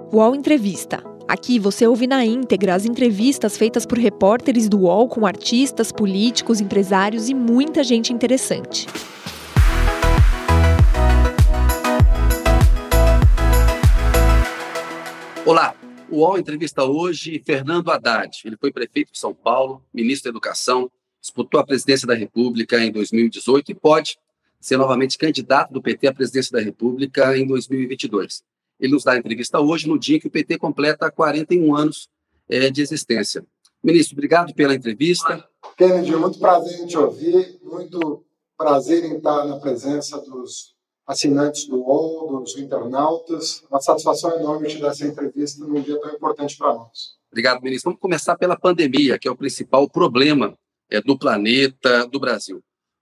UOL Entrevista. Aqui você ouve na íntegra as entrevistas feitas por repórteres do UOL com artistas, políticos, empresários e muita gente interessante. Olá, o UOL entrevista hoje Fernando Haddad. Ele foi prefeito de São Paulo, ministro da Educação, disputou a presidência da República em 2018 e pode ser novamente candidato do PT à presidência da República em 2022. Ele nos dá a entrevista hoje, no dia que o PT completa 41 anos de existência. Ministro, obrigado pela entrevista. Kennedy, muito prazer em te ouvir, muito prazer em estar na presença dos assinantes do UOL, dos internautas. Uma satisfação enorme te dar essa entrevista num dia tão importante para nós. Obrigado, ministro. Vamos começar pela pandemia, que é o principal problema do planeta, do Brasil.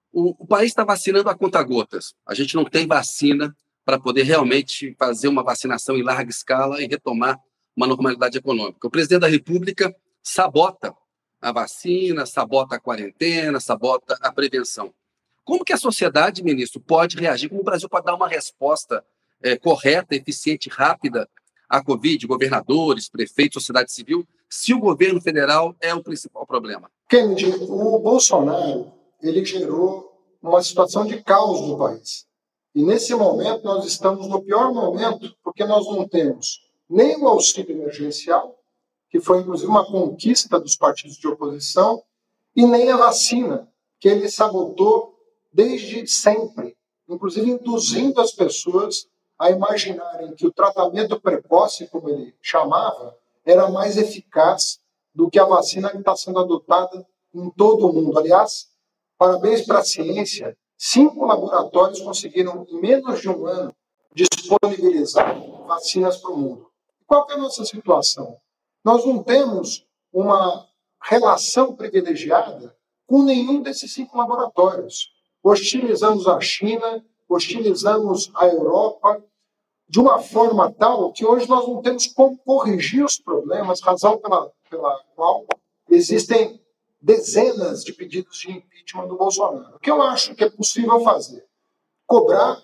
O país está vacinando a conta-gotas. A gente não tem vacina para poder realmente fazer uma vacinação em larga escala e retomar uma normalidade econômica. O presidente da República sabota a vacina, sabota a quarentena, sabota a prevenção. Como que a sociedade, ministro, pode reagir? Como o Brasil pode dar uma resposta correta, eficiente, rápida à Covid, governadores, prefeitos, sociedade civil, se o governo federal é o principal problema? Kennedy, o Bolsonaro, ele gerou uma situação de caos no país. E nesse momento nós estamos no pior momento, porque nós não temos nem o auxílio emergencial, que foi inclusive uma conquista dos partidos de oposição, e nem a vacina, que ele sabotou desde sempre, inclusive induzindo as pessoas a imaginarem que o tratamento precoce, como ele chamava, era mais eficaz do que a vacina que está sendo adotada em todo o mundo. Aliás, parabéns para a ciência. 5 laboratórios conseguiram, em menos de um ano, disponibilizar vacinas para o mundo. Qual que é a nossa situação? Nós não temos uma relação privilegiada com nenhum desses 5 laboratórios. Hostilizamos a China, hostilizamos a Europa, de uma forma tal que hoje nós não temos como corrigir os problemas, razão pela qual existem dezenas de pedidos de impeachment do Bolsonaro. O que eu acho que é possível fazer? Cobrar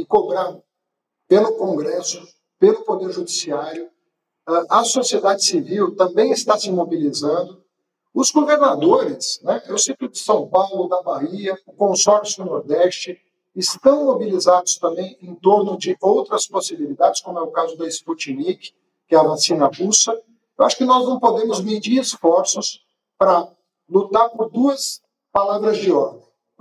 pelo Congresso, pelo Poder Judiciário, a sociedade civil também está se mobilizando, os governadores, eu cito de São Paulo, da Bahia, o consórcio Nordeste, estão mobilizados também em torno de outras possibilidades, como é o caso da Sputnik, que é a vacina russa. Eu acho que nós não podemos medir esforços para lutar por 2 palavras de ordem.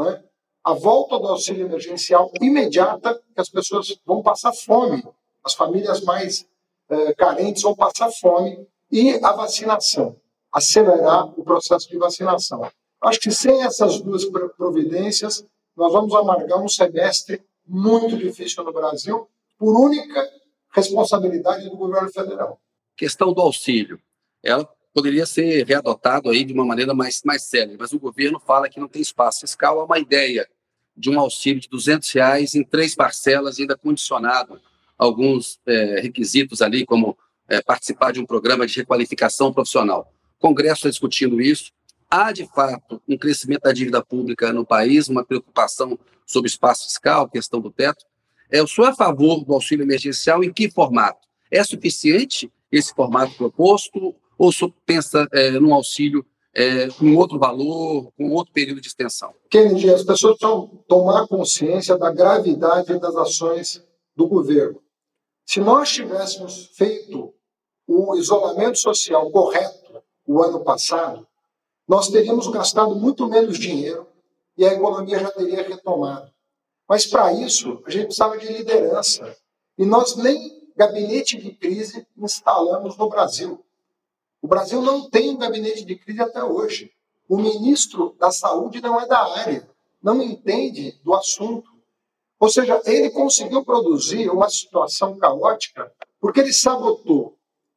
A volta do auxílio emergencial imediata, que as pessoas vão passar fome, as famílias mais carentes vão passar fome, e a vacinação, acelerar o processo de vacinação. Acho que sem essas 2 providências, nós vamos amargar um semestre muito difícil no Brasil, por única responsabilidade do governo federal. Questão do auxílio. Ela poderia ser readotado aí de uma maneira mais séria, mas o governo fala que não tem espaço fiscal. Há uma ideia de um auxílio de R$200 em 3 parcelas, ainda condicionado a alguns requisitos ali, como participar de um programa de requalificação profissional. O Congresso está discutindo isso. Há, de fato, um crescimento da dívida pública no país, uma preocupação sobre espaço fiscal, questão do teto. Eu sou a favor do auxílio emergencial em que formato? É suficiente esse formato proposto ou o senhor pensa num auxílio com outro valor, com outro período de extensão? Kennedy, as pessoas precisam tomar consciência da gravidade das ações do governo. Se nós tivéssemos feito o isolamento social correto o ano passado, nós teríamos gastado muito menos dinheiro e a economia já teria retomado. Mas, para isso, a gente precisava de liderança. E nós nem gabinete de crise instalamos no Brasil. O Brasil não tem um gabinete de crise até hoje. O ministro da Saúde não é da área, não entende do assunto. Ou seja, ele conseguiu produzir uma situação caótica porque ele sabotou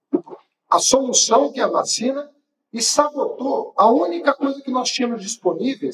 a solução, que é a vacina, e sabotou a única coisa que nós tínhamos disponível,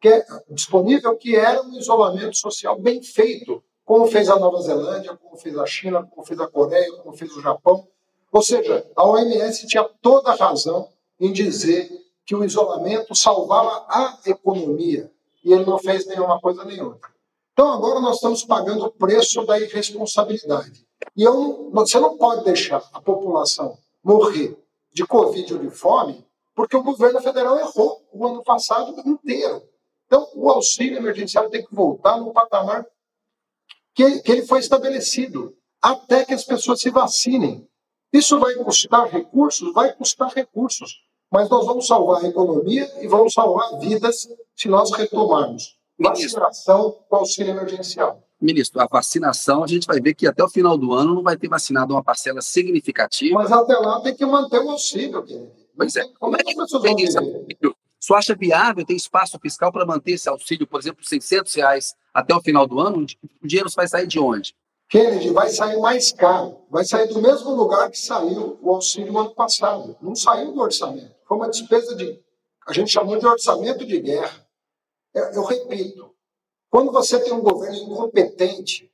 que era um isolamento social bem feito, como fez a Nova Zelândia, como fez a China, como fez a Coreia, como fez o Japão. Ou seja, a OMS tinha toda a razão em dizer que o isolamento salvava a economia, e ele não fez nenhuma coisa nem outra. Então agora nós estamos pagando o preço da irresponsabilidade. E você não pode deixar a população morrer de Covid ou de fome, porque o governo federal errou o ano passado inteiro. Então, o auxílio emergencial tem que voltar no patamar que ele foi estabelecido, até que as pessoas se vacinem. Isso vai custar recursos? Vai custar recursos. Mas nós vamos salvar a economia e vamos salvar vidas se nós retomarmos vacinação com auxílio emergencial. Ministro, a vacinação, a gente vai ver que até o final do ano não vai ter vacinado uma parcela significativa. Mas até lá tem que manter o auxílio. Pois é. Como é que tem isso? O senhor acha viável, tem espaço fiscal para manter esse auxílio, por exemplo, R$600 até o final do ano? O dinheiro vai sair de onde? Kennedy, vai sair mais caro. Vai sair do mesmo lugar que saiu o auxílio ano passado. Não saiu do orçamento. Foi uma despesa a gente chamou de orçamento de guerra. Eu repito, quando você tem um governo incompetente,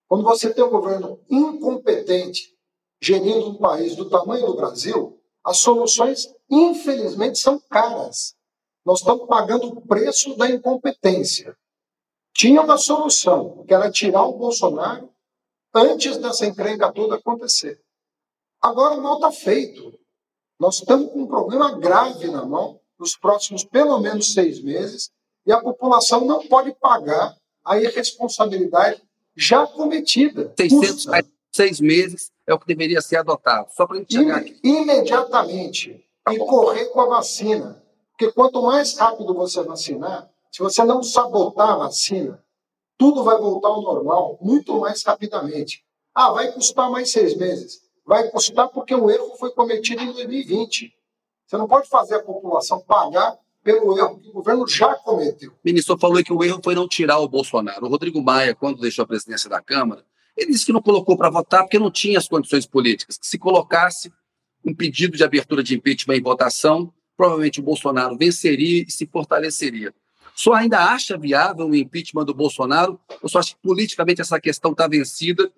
gerindo um país do tamanho do Brasil, as soluções, infelizmente, são caras. Nós estamos pagando o preço da incompetência. Tinha uma solução, que era tirar o Bolsonaro antes dessa encrenca toda acontecer. Agora o mal está feito. Nós estamos com um problema grave na mão, nos próximos pelo menos 6 meses, e a população não pode pagar a irresponsabilidade já cometida. R$600 6 meses é o que deveria ser adotado. Só para a gente chegar aqui. Imediatamente. E correr com a vacina. Porque quanto mais rápido você vacinar, se você não sabotar a vacina, tudo vai voltar ao normal muito mais rapidamente. Vai custar mais 6 meses. Vai custar porque o erro foi cometido em 2020. Você não pode fazer a população pagar pelo erro que o governo já cometeu. O ministro falou que o erro foi não tirar o Bolsonaro. O Rodrigo Maia, quando deixou a presidência da Câmara, ele disse que não colocou para votar porque não tinha as condições políticas. Que se colocasse um pedido de abertura de impeachment em votação, provavelmente o Bolsonaro venceria e se fortaleceria. O senhor ainda acha viável o impeachment do Bolsonaro? Ou só acha que politicamente essa questão está vencida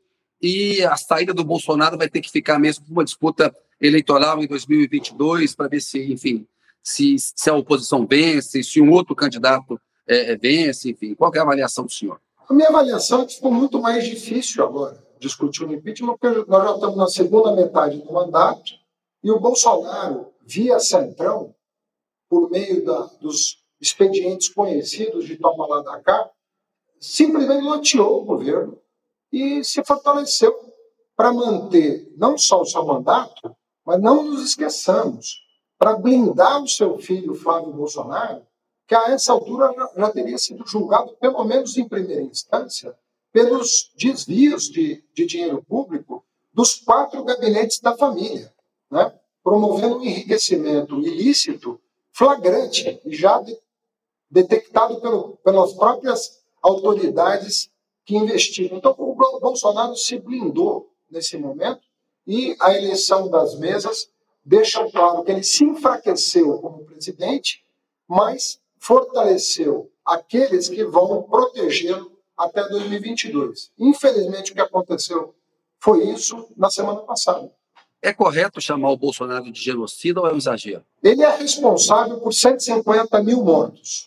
e a saída do Bolsonaro vai ter que ficar mesmo com uma disputa eleitoral em 2022 para ver se, enfim, se a oposição vence, se um outro candidato vence, enfim. Qual é a avaliação do senhor? A minha avaliação é que ficou muito mais difícil agora discutir o impeachment, porque nós já estamos na segunda metade do mandato e o Bolsonaro, via Centrão, por meio dos expedientes conhecidos de toma lá da cá, simplesmente loteou o governo e se fortaleceu para manter não só o seu mandato, mas não nos esqueçamos, para blindar o seu filho Flávio Bolsonaro, que a essa altura já teria sido julgado, pelo menos em primeira instância, pelos desvios de dinheiro público dos 4 gabinetes da família, né? Promovendo um enriquecimento ilícito flagrante e já detectado pelas próprias autoridades que investiram. Então, o Bolsonaro se blindou nesse momento e a eleição das mesas deixa claro que ele se enfraqueceu como presidente, mas fortaleceu aqueles que vão protegê-lo até 2022. Infelizmente, o que aconteceu foi isso na semana passada. É correto chamar o Bolsonaro de genocida ou é um exagero? Ele é responsável por 150 mil mortos.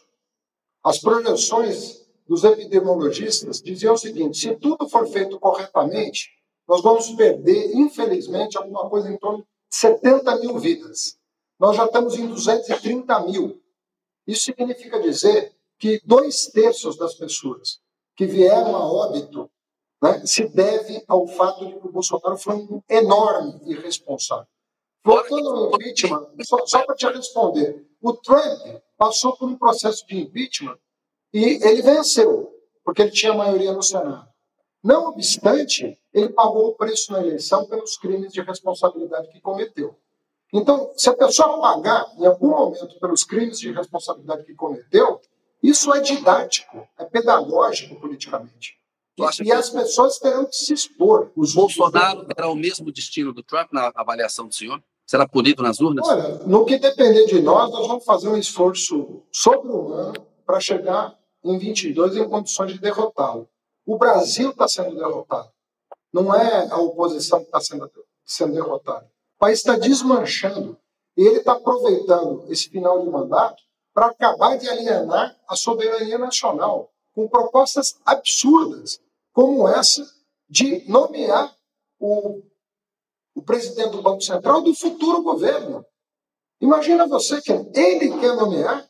As projeções dos epidemiologistas diziam o seguinte: se tudo for feito corretamente, nós vamos perder, infelizmente, alguma coisa em torno de 70 mil vidas. Nós já estamos em 230 mil. Isso significa dizer que 2/3 das pessoas que vieram a óbito, né, se deve ao fato de que o Bolsonaro foi um enorme irresponsável. Voltando ao impeachment, só para te responder, o Trump passou por um processo de impeachment e ele venceu, porque ele tinha maioria no Senado. Não obstante, ele pagou o preço na eleição pelos crimes de responsabilidade que cometeu. Então, se a pessoa pagar, em algum momento, pelos crimes de responsabilidade que cometeu, isso é didático, é pedagógico politicamente. E as pessoas terão que se expor. O Bolsonaro terá o mesmo destino do Trump na avaliação do senhor? Será punido nas urnas? Olha, no que depender de nós vamos fazer um esforço sobre-humano para chegar em 22 em condições de derrotá-lo. O Brasil está sendo derrotado. Não é a oposição que está sendo derrotada. O país está desmanchando e ele está aproveitando esse final de mandato para acabar de alienar a soberania nacional com propostas absurdas, como essa de nomear o presidente do Banco Central do futuro governo. Imagina você que ele quer nomear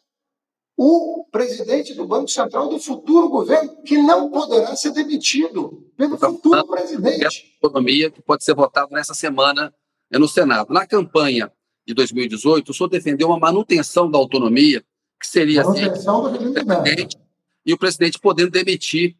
o presidente do Banco Central do futuro governo, que não poderá ser demitido pelo futuro presidente. Economia que pode ser votado nessa semana no Senado. Na campanha de 2018, o senhor defendeu uma manutenção da autonomia, que seria manutenção assim, do presidente, e o presidente podendo demitir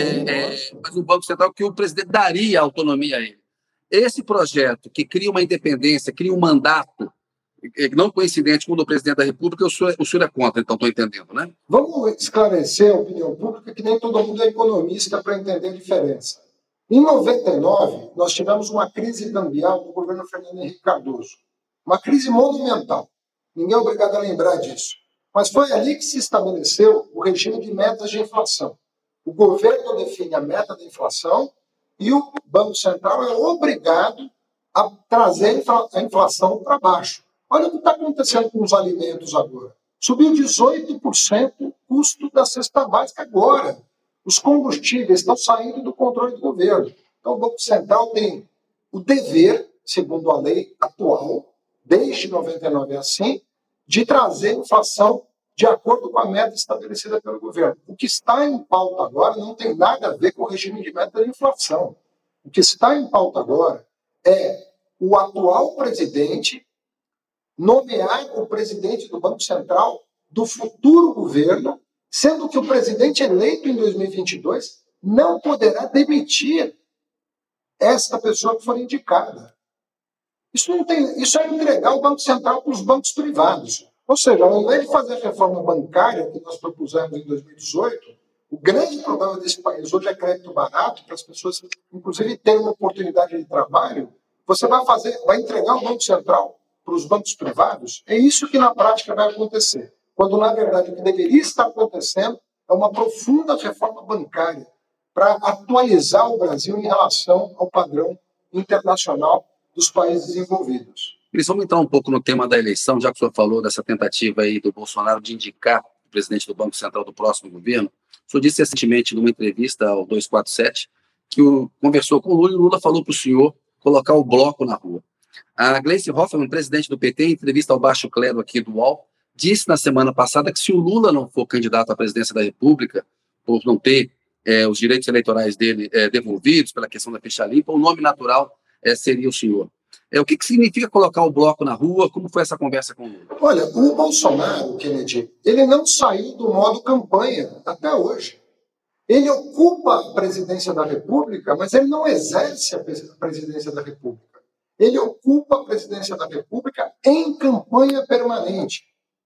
mas o Banco Central, que o presidente daria autonomia a ele. Esse projeto que cria uma independência, cria um mandato não coincidente com o do presidente da República, o senhor é contra, então estou entendendo, né? Vamos esclarecer a opinião pública, que nem todo mundo é economista para entender a diferença. Em 99, nós tivemos uma crise cambial do governo Fernando Henrique Cardoso. Uma crise monumental. Ninguém é obrigado a lembrar disso. Mas foi ali que se estabeleceu o regime de metas de inflação. O governo define a meta da inflação e o Banco Central é obrigado a trazer a inflação para baixo. Olha o que está acontecendo com os alimentos agora. Subiu 18% o custo da cesta básica agora. Os combustíveis estão saindo do controle do governo. Então, o Banco Central tem o dever, segundo a lei atual, desde 99 assim, de trazer inflação de acordo com a meta estabelecida pelo governo. O que está em pauta agora não tem nada a ver com o regime de meta de inflação. O que está em pauta agora é o atual presidente nomear o presidente do Banco Central do futuro governo, sendo que o presidente eleito em 2022 não poderá demitir esta pessoa que for indicada. Isso é entregar o Banco Central para os bancos privados. Ou seja, ao invés de fazer a reforma bancária que nós propusemos em 2018, o grande problema desse país hoje é crédito barato, para as pessoas, inclusive, terem uma oportunidade de trabalho. Você vai entregar o Banco Central para os bancos privados. É isso que na prática vai acontecer. Quando, na verdade, o que deveria estar acontecendo é uma profunda reforma bancária para atualizar o Brasil em relação ao padrão internacional dos países desenvolvidos. Vamos entrar um pouco no tema da eleição, já que o senhor falou dessa tentativa aí do Bolsonaro de indicar o presidente do Banco Central do próximo governo. O senhor disse recentemente, numa entrevista ao 247, que conversou com o Lula e o Lula falou para o senhor colocar o bloco na rua. A Gleice Hoffmann, presidente do PT, em entrevista ao Baixo Clero aqui do UOL, disse na semana passada que se o Lula não for candidato à presidência da República, por não ter os direitos eleitorais dele devolvidos pela questão da ficha limpa, o nome natural seria o senhor. O que significa colocar o bloco na rua? Como foi essa conversa com o Lula? Olha, o Bolsonaro, Kennedy, ele não saiu do modo campanha até hoje. Ele ocupa a presidência da República, mas ele não exerce a presidência da República. Ele ocupa a presidência da República em campanha permanente.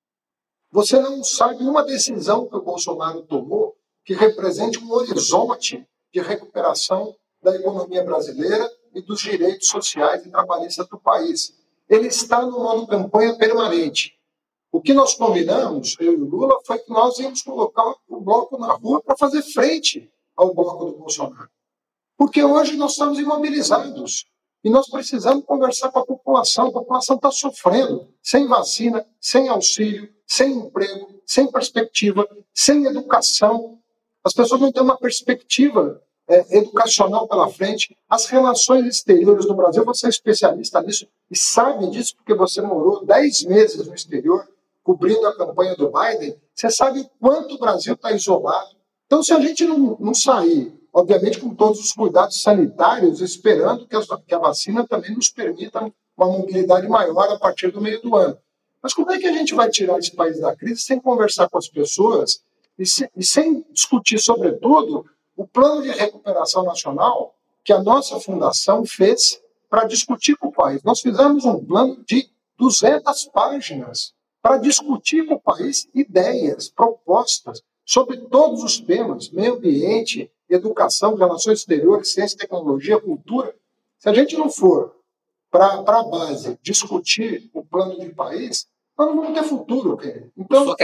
Você não sabe uma decisão que o Bolsonaro tomou que represente um horizonte de recuperação da economia brasileira e dos direitos sociais e trabalhistas do país. Ele está no modo campanha permanente. O que nós combinamos, eu e o Lula, foi que nós íamos colocar o bloco na rua para fazer frente ao bloco do Bolsonaro. Porque hoje nós estamos imobilizados e nós precisamos conversar com a população. A população está sofrendo, sem vacina, sem auxílio, sem emprego, sem perspectiva, sem educação. As pessoas não têm uma perspectiva educacional pela frente. As relações exteriores no Brasil, você é especialista nisso e sabe disso porque você morou 10 meses no exterior, cobrindo a campanha do Biden. Você sabe o quanto o Brasil está isolado. Então, se a gente não sair, obviamente com todos os cuidados sanitários, esperando que a vacina também nos permita uma mobilidade maior a partir do meio do ano. Mas como é que a gente vai tirar esse país da crise sem conversar com as pessoas e sem discutir, sobretudo, o plano de recuperação nacional que a nossa fundação fez para discutir com o país? Nós fizemos um plano de 200 páginas para discutir com o país ideias, propostas sobre todos os temas, meio ambiente, educação, relações exteriores, ciência, tecnologia, cultura. Se a gente não for para a base discutir o plano de país, nós não vamos ter futuro. Então,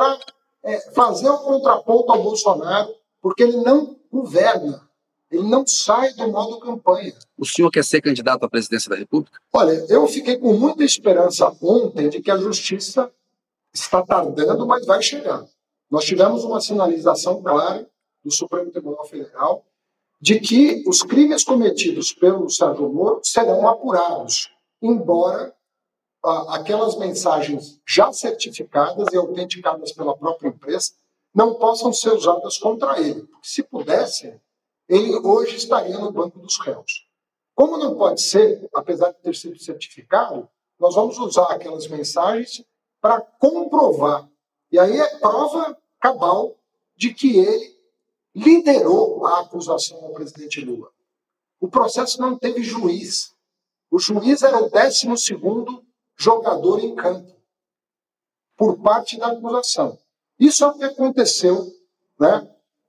fazer o contraponto ao Bolsonaro, porque ele não governa, ele não sai do modo campanha. O senhor quer ser candidato à presidência da República? Olha, eu fiquei com muita esperança ontem de que a justiça está tardando, mas vai chegar. Nós tivemos uma sinalização clara do Supremo Tribunal Federal de que os crimes cometidos pelo Sérgio Moro serão apurados, embora aquelas mensagens já certificadas e autenticadas pela própria empresa não possam ser usadas contra ele. Porque se pudessem, ele hoje estaria no banco dos réus. Como não pode ser, apesar de ter sido certificado, nós vamos usar aquelas mensagens para comprovar. E aí é prova cabal de que ele liderou a acusação ao presidente Lula. O processo não teve juiz. O juiz era o 12º jogador em campo, por parte da acusação. Isso é o que aconteceu, né,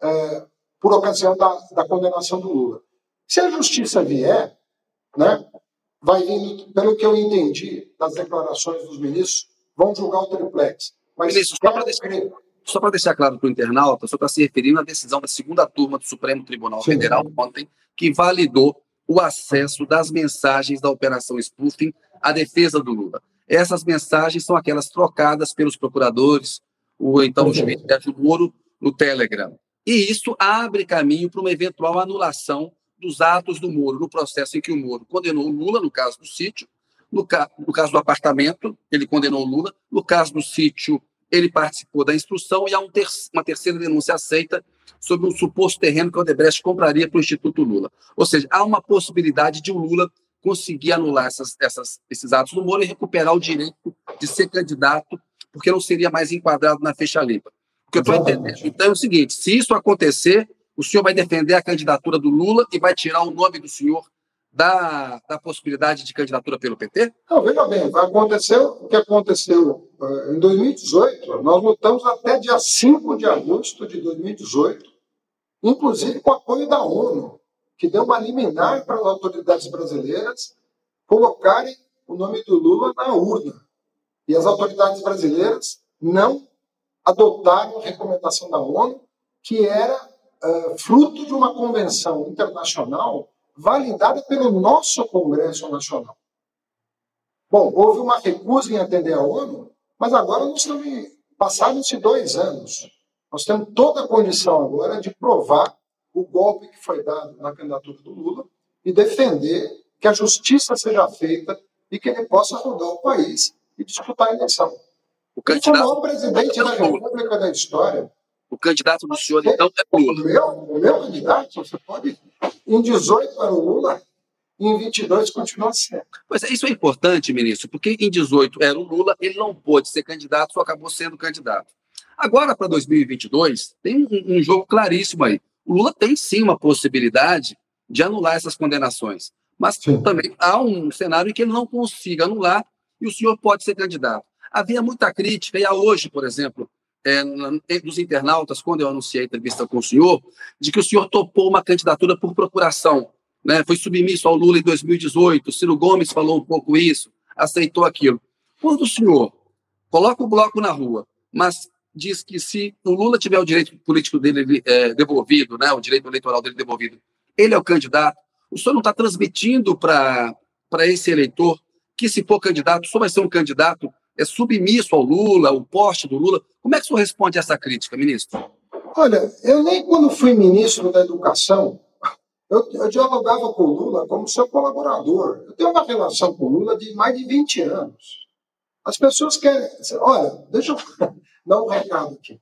por ocasião da condenação do Lula. Se a justiça vier, né, vai vir, pelo que eu entendi das declarações dos ministros, vão julgar o triplex. Mas ministro, só para deixar claro para o internauta, só está se referindo à decisão da segunda turma do Supremo Tribunal Federal ontem, que validou o acesso das mensagens da Operação Spoofing à defesa do Lula. Essas mensagens são aquelas trocadas pelos procuradores, ou então o juiz Sérgio Moro, no Telegram. E isso abre caminho para uma eventual anulação dos atos do Moro, no processo em que o Moro condenou o Lula, no caso do sítio, no caso do apartamento, ele condenou o Lula, no caso do sítio, ele participou da instrução e há uma terceira denúncia aceita sobre um suposto terreno que o Odebrecht compraria para o Instituto Lula. Ou seja, há uma possibilidade de o Lula conseguir anular esses atos do Moro e recuperar o direito de ser candidato, porque não seria mais enquadrado na ficha limpa. O que eu estou entendendo. Então é o seguinte, se isso acontecer, o senhor vai defender a candidatura do Lula e vai tirar o nome do senhor da possibilidade de candidatura pelo PT? Não, veja bem, vai acontecer o que aconteceu em 2018. Nós lutamos até dia 5 de agosto de 2018, inclusive com apoio da ONU, que deu uma liminar para as autoridades brasileiras colocarem o nome do Lula na urna. E as autoridades brasileiras não adotaram a recomendação da ONU, que era fruto de uma convenção internacional validada pelo nosso Congresso Nacional. Bom, houve uma recusa em atender a ONU, mas agora passaram-se 2 anos. Nós temos toda a condição agora de provar o golpe que foi dado na candidatura do Lula e defender que a justiça seja feita e que ele possa rodar o país e disputar a eleição. O candidato, ele foi o maior presidente da República da história. O candidato do senhor, então, é Lula. O meu candidato, você pode... Em 18 para o Lula, e em 22 continua sendo. Pois é, isso é importante, ministro, porque em 18 era o Lula, ele não pôde ser candidato, só acabou sendo candidato. Agora, para 2022, tem um jogo claríssimo aí. O Lula tem, sim, uma possibilidade de anular essas condenações, mas também há um cenário em que ele não consiga anular e o senhor pode ser candidato. Havia muita crítica, e há hoje, por exemplo, dos internautas, quando eu anunciei a entrevista com o senhor, de que o senhor topou uma candidatura por procuração, né? Foi submisso ao Lula em 2018, Ciro Gomes falou um pouco isso, aceitou aquilo. Quando o senhor coloca o bloco na rua, mas diz que se o Lula tiver o direito político dele devolvido, né, o direito eleitoral dele devolvido, ele é o candidato, o senhor não está transmitindo para esse eleitor que, se for candidato, só vai ser um candidato submisso ao Lula, o poste do Lula. Como é que o senhor responde a essa crítica, ministro? Olha, eu nem quando fui ministro da Educação, eu dialogava com o Lula como seu colaborador. Eu tenho uma relação com o Lula de mais de 20 anos. As pessoas querem... Olha, deixa eu dar um recado aqui.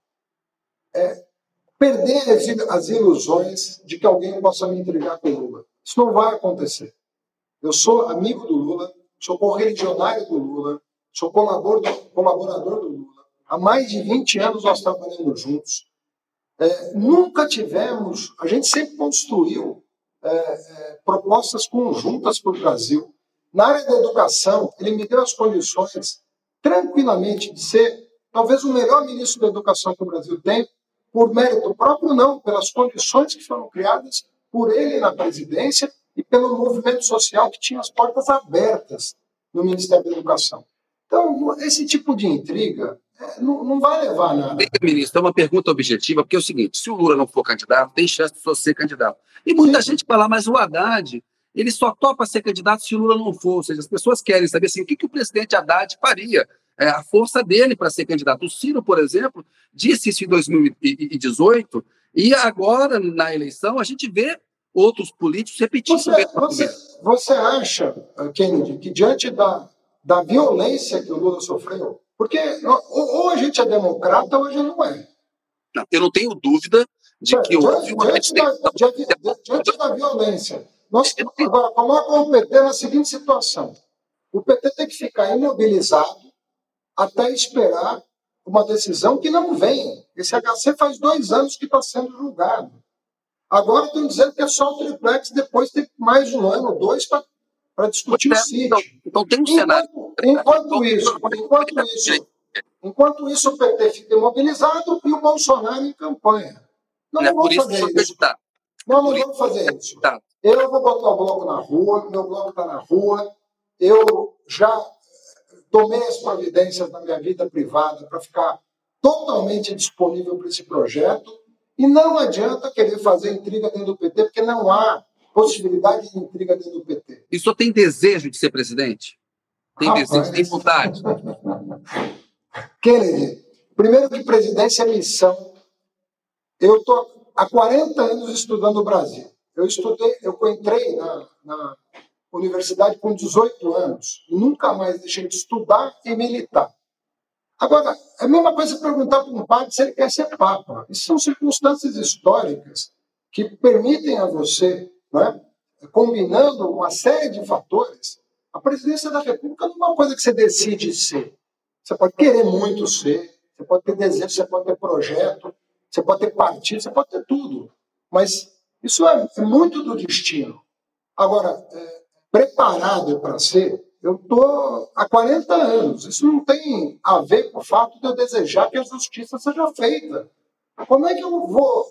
Perder as ilusões de que alguém possa me intrigar com o Lula. Isso não vai acontecer. Eu sou amigo do Lula, sou correligionário do Lula, sou colaborador do Lula. Há mais de 20 anos nós trabalhamos juntos. Nunca tivemos... A gente sempre construiu propostas conjuntas para o Brasil. Na área da educação, ele me deu as condições, tranquilamente, de ser talvez o melhor ministro da educação que o Brasil tem, por mérito próprio, não, pelas condições que foram criadas por ele na presidência e pelo movimento social que tinha as portas abertas no Ministério da Educação. Então, esse tipo de intriga não vai levar a nada. Ministro, é uma pergunta objetiva, porque é o seguinte, se o Lula não for candidato, tem chance de só ser candidato. E muita gente fala, mas o Haddad, ele só topa ser candidato se o Lula não for. Ou seja, as pessoas querem saber assim, o que o presidente Haddad faria, a força dele para ser candidato. O Ciro, por exemplo, disse isso em 2018, e agora, na eleição, a gente vê outros políticos repetindo o mesmo argumento. Você acha, Kennedy, que diante da violência que o Lula sofreu, porque ou a gente é democrata ou a gente não é. Não, eu não tenho dúvida de que houve uma diante da violência. Nós agora colocam o PT na seguinte situação. O PT tem que ficar imobilizado até esperar uma decisão que não vem. Esse HC faz 2 anos que está sendo julgado. Agora estão dizendo que é só o triplex, depois tem mais 1 ano, 2 para discutir o sítio. Então tem um cenário. Enquanto isso, o PT fica imobilizado e o Bolsonaro em campanha. Não vamos fazer isso. Não vamos fazer isso. Eu vou botar o bloco na rua, meu bloco está na rua, eu já tomei as providências na minha vida privada para ficar totalmente disponível para esse projeto e não adianta querer fazer intriga dentro do PT, porque não há possibilidade de intriga dentro do PT. E o senhor tem desejo de ser presidente? Tem desejo, tem vontade? Kennedy, primeiro que presidência é missão. Eu estou há 40 anos estudando o Brasil. Eu entrei na universidade com 18 anos e nunca mais deixei de estudar e militar. Agora, é a mesma coisa perguntar para um padre se ele quer ser papa. Isso são circunstâncias históricas que permitem a você, né, combinando uma série de fatores, a presidência da República não é uma coisa que você decide ser. Você pode querer muito ser, você pode ter desejo, você pode ter projeto, você pode ter partido, você pode ter tudo. Mas isso é muito do destino. Agora, preparado para ser, eu estou há 40 anos. Isso não tem a ver com o fato de eu desejar que a justiça seja feita. Como é que eu vou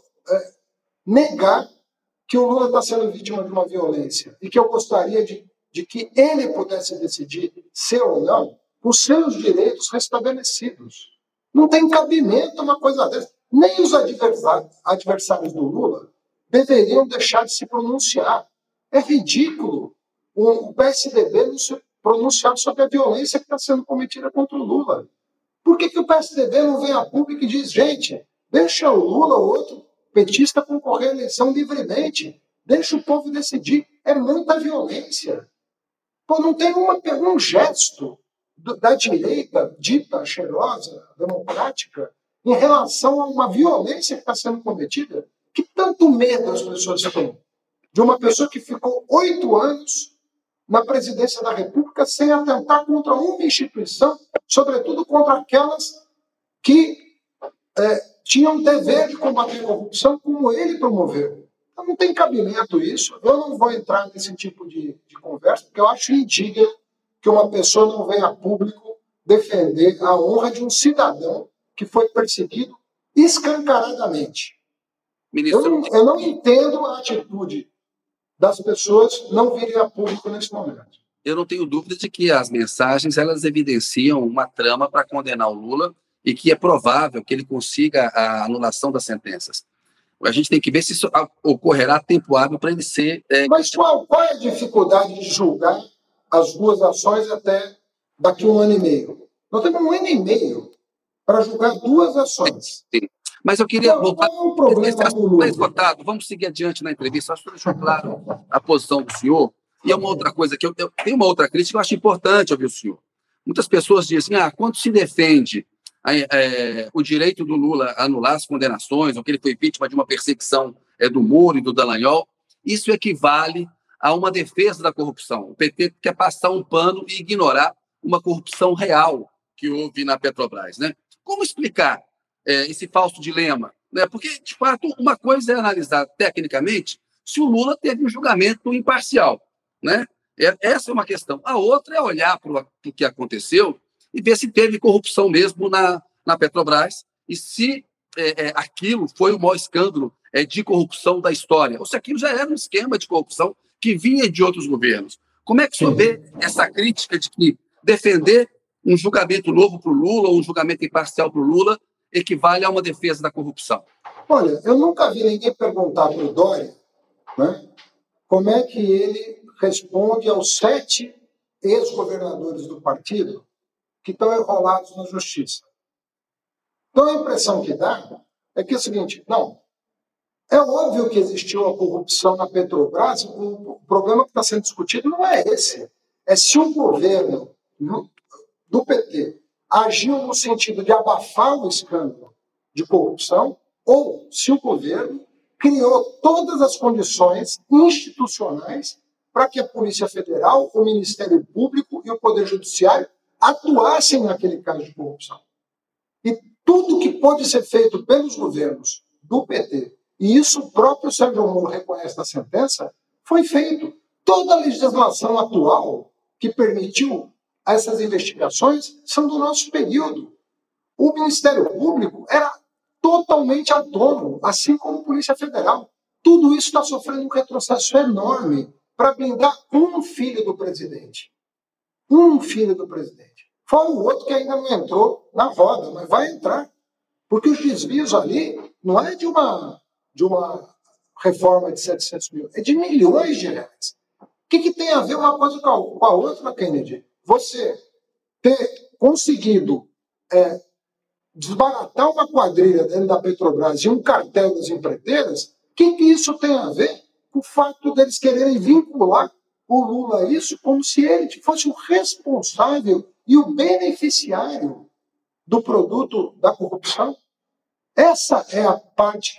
negar que o Lula está sendo vítima de uma violência e que eu gostaria de que ele pudesse decidir ser ou não os seus direitos restabelecidos? Não tem cabimento uma coisa dessa. Nem os adversários do Lula deveriam deixar de se pronunciar. É ridículo o PSDB não se pronunciar sobre a violência que está sendo cometida contra o Lula. Por que o PSDB não vem a público e diz, gente, deixa o Lula ou outro petista concorrer à eleição livremente, deixa o povo decidir? É muita violência. Pô, não tem um gesto da direita dita cheirosa, democrática, em relação a uma violência que está sendo cometida. Que tanto medo as pessoas têm de uma pessoa que ficou 8 anos na presidência da República sem atentar contra uma instituição, sobretudo contra aquelas que tinham o dever de combater a corrupção, como ele promoveu. Então, não tem cabimento isso. Eu não vou entrar nesse tipo de conversa, porque eu acho indigno que uma pessoa não venha a público defender a honra de um cidadão que foi perseguido escancaradamente. Ministro, eu não entendo a atitude das pessoas não virem a público nesse momento. Eu não tenho dúvida de que as mensagens elas evidenciam uma trama para condenar o Lula e que é provável que ele consiga a anulação das sentenças. A gente tem que ver se isso ocorrerá tempo hábil para ele ser... Mas qual é a dificuldade de julgar as 2 ações até daqui 1 ano e meio? Nós temos 1 ano e meio para julgar 2 ações. Sim. Mas eu queria voltar... Qual é o problema do Lula? Esgotado. Vamos seguir adiante na entrevista. Acho que deixou claro a posição do senhor. E é uma outra coisa que eu tenho uma outra crítica que eu acho importante ouvir o senhor. Muitas pessoas dizem, quando se defende o direito do Lula a anular as condenações, ou que ele foi vítima de uma perseguição do Moro e do Dallagnol, isso equivale a uma defesa da corrupção. O PT quer passar um pano e ignorar uma corrupção real que houve na Petrobras, né? Como explicar esse falso dilema? Né? Porque, de fato, uma coisa é analisar tecnicamente se o Lula teve um julgamento imparcial, né? Essa é uma questão. A outra é olhar para o que aconteceu e ver se teve corrupção mesmo na Petrobras e se aquilo foi o maior escândalo de corrupção da história, ou se aquilo já era um esquema de corrupção que vinha de outros governos. Como é que o senhor vê essa crítica de que defender um julgamento novo para o Lula ou um julgamento imparcial para o Lula equivale a uma defesa da corrupção? Olha, eu nunca vi ninguém perguntar para o Dória, né, como é que ele responde aos 7 ex-governadores do partido que estão enrolados na justiça. Então, a impressão que dá é que é o seguinte, não, É óbvio que existiu a corrupção na Petrobras, o problema que está sendo discutido não é esse. É se o governo do PT agiu no sentido de abafar o escândalo de corrupção ou se o governo criou todas as condições institucionais para que a Polícia Federal, o Ministério Público e o Poder Judiciário atuassem naquele caso de corrupção. E tudo que pode ser feito pelos governos do PT, e isso o próprio Sérgio Moro reconhece na sentença, foi feito. Toda a legislação atual que permitiu essas investigações são do nosso período. O Ministério Público era totalmente autônomo, assim como a Polícia Federal. Tudo isso está sofrendo um retrocesso enorme para blindar um filho do presidente. Um filho do presidente. Fora o outro que ainda não entrou na roda, mas vai entrar. Porque os desvios ali não é de uma reforma de 700 mil, é de milhões de reais. O que tem a ver uma coisa com a outra, Kennedy? Você ter conseguido desbaratar uma quadrilha dentro da Petrobras e um cartel das empreiteiras, o que isso tem a ver com o fato deles quererem vincular o Lula a isso como se ele fosse o responsável e o beneficiário do produto da corrupção? Essa é a parte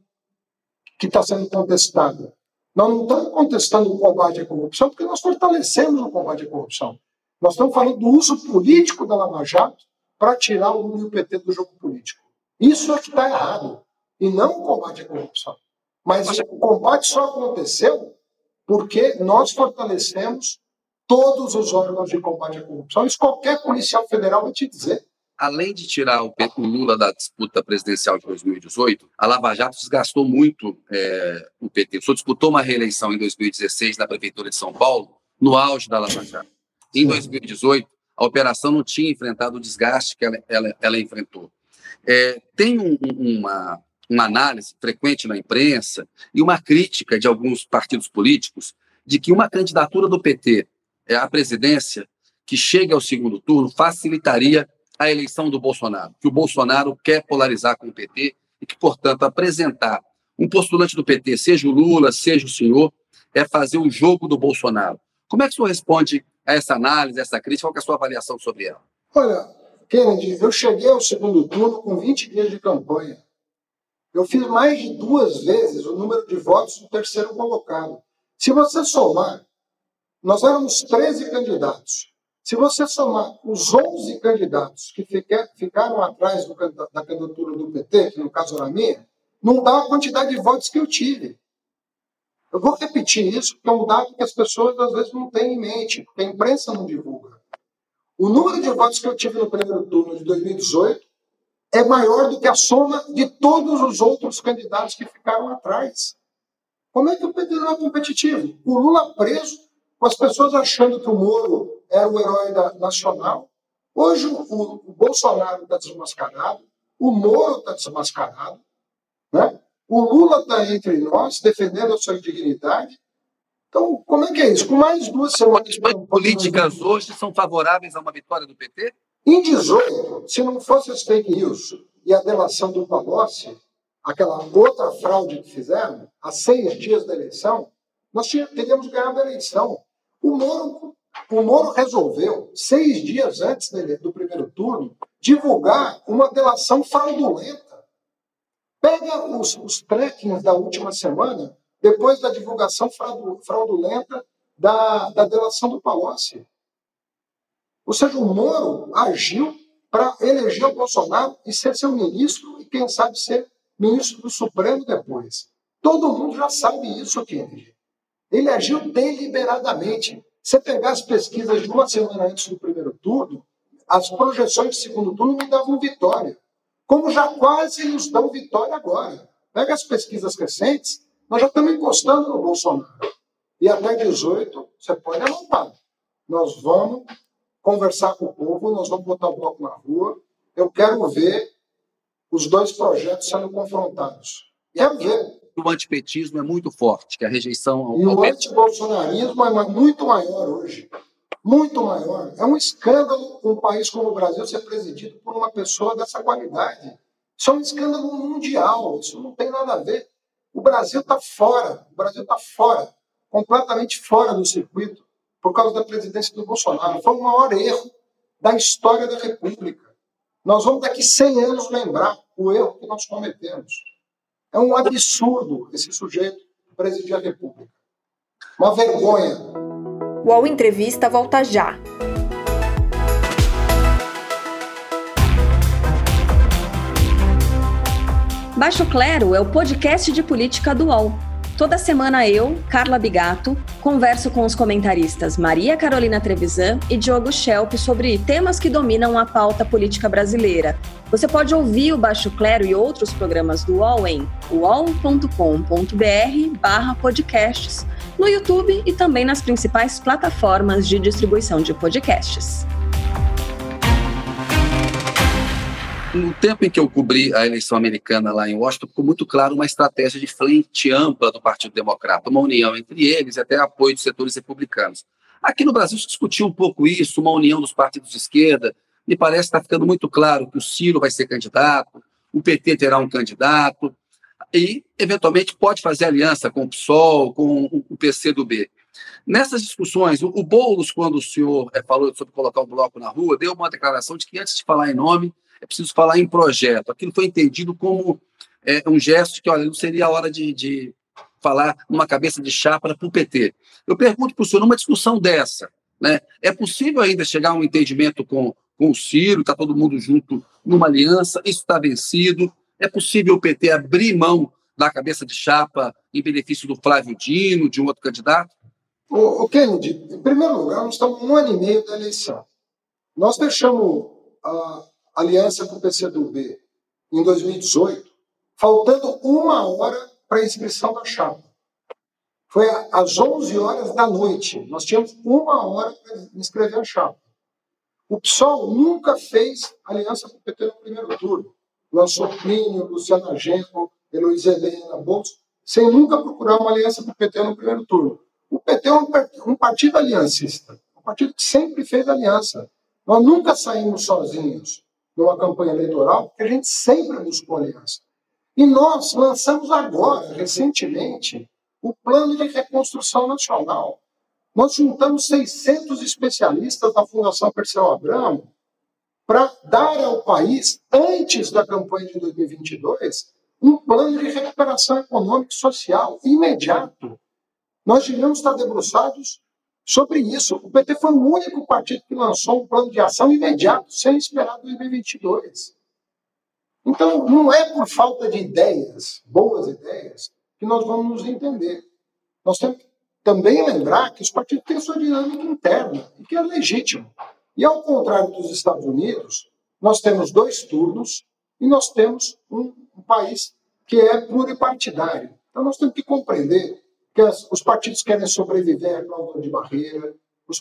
que está sendo contestada. Nós não estamos contestando o combate à corrupção porque nós fortalecemos o combate à corrupção. Nós estamos falando do uso político da Lava Jato para tirar o Lula e o PT do jogo político. Isso é que está errado. E não o combate à corrupção. Mas o combate só aconteceu porque nós fortalecemos todos os órgãos de combate à corrupção. Isso qualquer policial federal vai te dizer. Além de tirar o Lula da disputa presidencial de 2018, a Lava Jato desgastou muito o PT. O senhor disputou uma reeleição em 2016 na Prefeitura de São Paulo, no auge da Lava Jato. Em 2018, a operação não tinha enfrentado o desgaste que ela enfrentou. Tem uma análise frequente na imprensa e uma crítica de alguns partidos políticos de que uma candidatura do PT à presidência que chegue ao segundo turno facilitaria a eleição do Bolsonaro, que o Bolsonaro quer polarizar com o PT e que, portanto, apresentar um postulante do PT, seja o Lula, seja o senhor, é fazer o jogo do Bolsonaro. Como é que o senhor responde a essa análise, a essa crítica? Qual é a sua avaliação sobre ela? Olha, Kennedy, eu cheguei ao segundo turno com 20 dias de campanha. Eu fiz mais de 2 vezes o número de votos do terceiro colocado. Se você somar, nós éramos 13 candidatos. Se você somar os 11 candidatos que ficaram atrás da candidatura do PT, que no caso era minha, não dá a quantidade de votos que eu tive. Eu vou repetir isso, porque é um dado que as pessoas às vezes não têm em mente, porque a imprensa não divulga. O número de votos que eu tive no primeiro turno de 2018 é maior do que a soma de todos os outros candidatos que ficaram atrás. Como é que o PT não é competitivo? O Lula preso, com as pessoas achando que o Moro era o herói nacional. Hoje o Bolsonaro está desmascarado, o Moro está desmascarado, né? O Lula está entre nós, defendendo a sua dignidade. Então, como é que é isso? Com mais 2 semanas... As políticas hoje são favoráveis a uma vitória do PT? Em 18, se não fosse as fake news e a delação do Palocci, aquela outra fraude que fizeram, há 6 dias da eleição, nós teríamos ganhado a eleição. O Moro resolveu, 6 dias antes do primeiro turno, divulgar uma delação fraudulenta. Pega os trackings da última semana, depois da divulgação fraudulenta da delação do Palocci. Ou seja, o Moro agiu para eleger o Bolsonaro e ser seu ministro e, quem sabe, ser ministro do Supremo depois. Todo mundo já sabe isso, Kennedy. Ele agiu deliberadamente. Você pegar as pesquisas de uma semana antes do primeiro turno, as projeções de segundo turno me davam vitória. Como já quase nos dão vitória agora. Pega as pesquisas recentes, nós já estamos encostando no Bolsonaro. E até 18, você pode anotar. Nós vamos conversar com o povo, nós vamos botar o bloco na rua. Eu quero ver os 2 projetos sendo confrontados. Quero ver. O antipetismo é muito forte, que a rejeição ao... E o antibolsonarismo é muito maior hoje. Muito maior. É um escândalo um país como o Brasil ser presidido por uma pessoa dessa qualidade. Isso é um escândalo mundial. Isso não tem nada a ver O Brasil está fora, completamente fora do circuito, por causa da presidência do Bolsonaro. Foi o maior erro da história da República. Nós vamos daqui 100 anos lembrar o erro que nós cometemos. É um absurdo esse sujeito presidir a República. Uma vergonha. O UOL Entrevista volta já. Baixo Clero é o podcast de política do UOL. Toda semana eu, Carla Bigato, converso com os comentaristas Maria Carolina Trevisan e Diogo Schelp sobre temas que dominam a pauta política brasileira. Você pode ouvir o Baixo Clero e outros programas do UOL em uol.com.br/podcasts, no YouTube e também nas principais plataformas de distribuição de podcasts. No tempo em que eu cobri a eleição americana lá em Washington, ficou muito claro uma estratégia de frente ampla do Partido Democrata, uma união entre eles e até apoio dos setores republicanos. Aqui no Brasil se discutiu um pouco isso, uma união dos partidos de esquerda. Me parece que está ficando muito claro que o Ciro vai ser candidato, o PT terá um candidato e, eventualmente, pode fazer aliança com o PSOL, com o PCdoB. Nessas discussões, o Boulos, quando o senhor falou sobre colocar o bloco na rua, deu uma declaração de que antes de falar em nome, é preciso falar em projeto. Aquilo foi entendido como um gesto de que, olha, não seria a hora de falar numa cabeça de chapa para o PT. Eu pergunto para o senhor, numa discussão dessa, né, é possível ainda chegar a um entendimento com o Ciro, está todo mundo junto numa aliança, isso está vencido? É possível o PT abrir mão da cabeça de chapa em benefício do Flávio Dino, de um outro candidato? O Kennedy, em primeiro lugar, nós estamos 1 ano e meio da eleição. Nós deixamos a aliança com o PCdoB em 2018, faltando 1 hora para a inscrição da chapa. Foi às 11 horas da noite. Nós tínhamos 1 hora para inscrever a chapa. O PSOL nunca fez aliança com o PT no primeiro turno. Lançou Plínio, Luciana Genro, Heloísa Helena, Boulos, sem nunca procurar uma aliança com o PT no primeiro turno. O PT é um partido aliancista, um partido que sempre fez aliança. Nós nunca saímos sozinhos numa campanha eleitoral, porque a gente sempre buscou aliança. E nós lançamos agora, recentemente, o Plano de Reconstrução Nacional. Nós juntamos 600 especialistas da Fundação Perseu Abramo para dar ao país, antes da campanha de 2022, um plano de recuperação econômica e social imediato. Nós devemos estar debruçados sobre isso. O PT foi o único partido que lançou um plano de ação imediato, sem esperar 2022. Então, não é por falta de ideias, boas ideias, que nós vamos nos entender. Nós temos que também lembrar que os partidos têm sua dinâmica interna, e que é legítimo. E, ao contrário dos Estados Unidos, nós temos 2 turnos e nós temos um país que é pluripartidário. Então, nós temos que compreender que os partidos querem sobreviver à cláusula de barreira,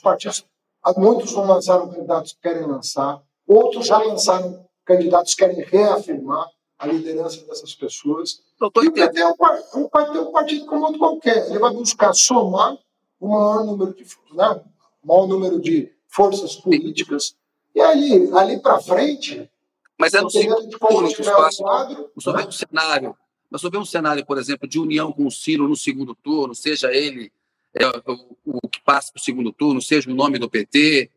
muitos não lançaram candidatos que querem lançar, outros já lançaram candidatos que querem reafirmar a liderança dessas pessoas. E o PT é um partido como outro qualquer. Ele vai buscar somar o maior número de forças políticas, e ali para frente... Mas é no segundo turno que o senhor vê um cenário. Mas vê um cenário, por exemplo, de união com o Ciro no segundo turno, seja ele o que passa para o segundo turno, seja o nome do PT.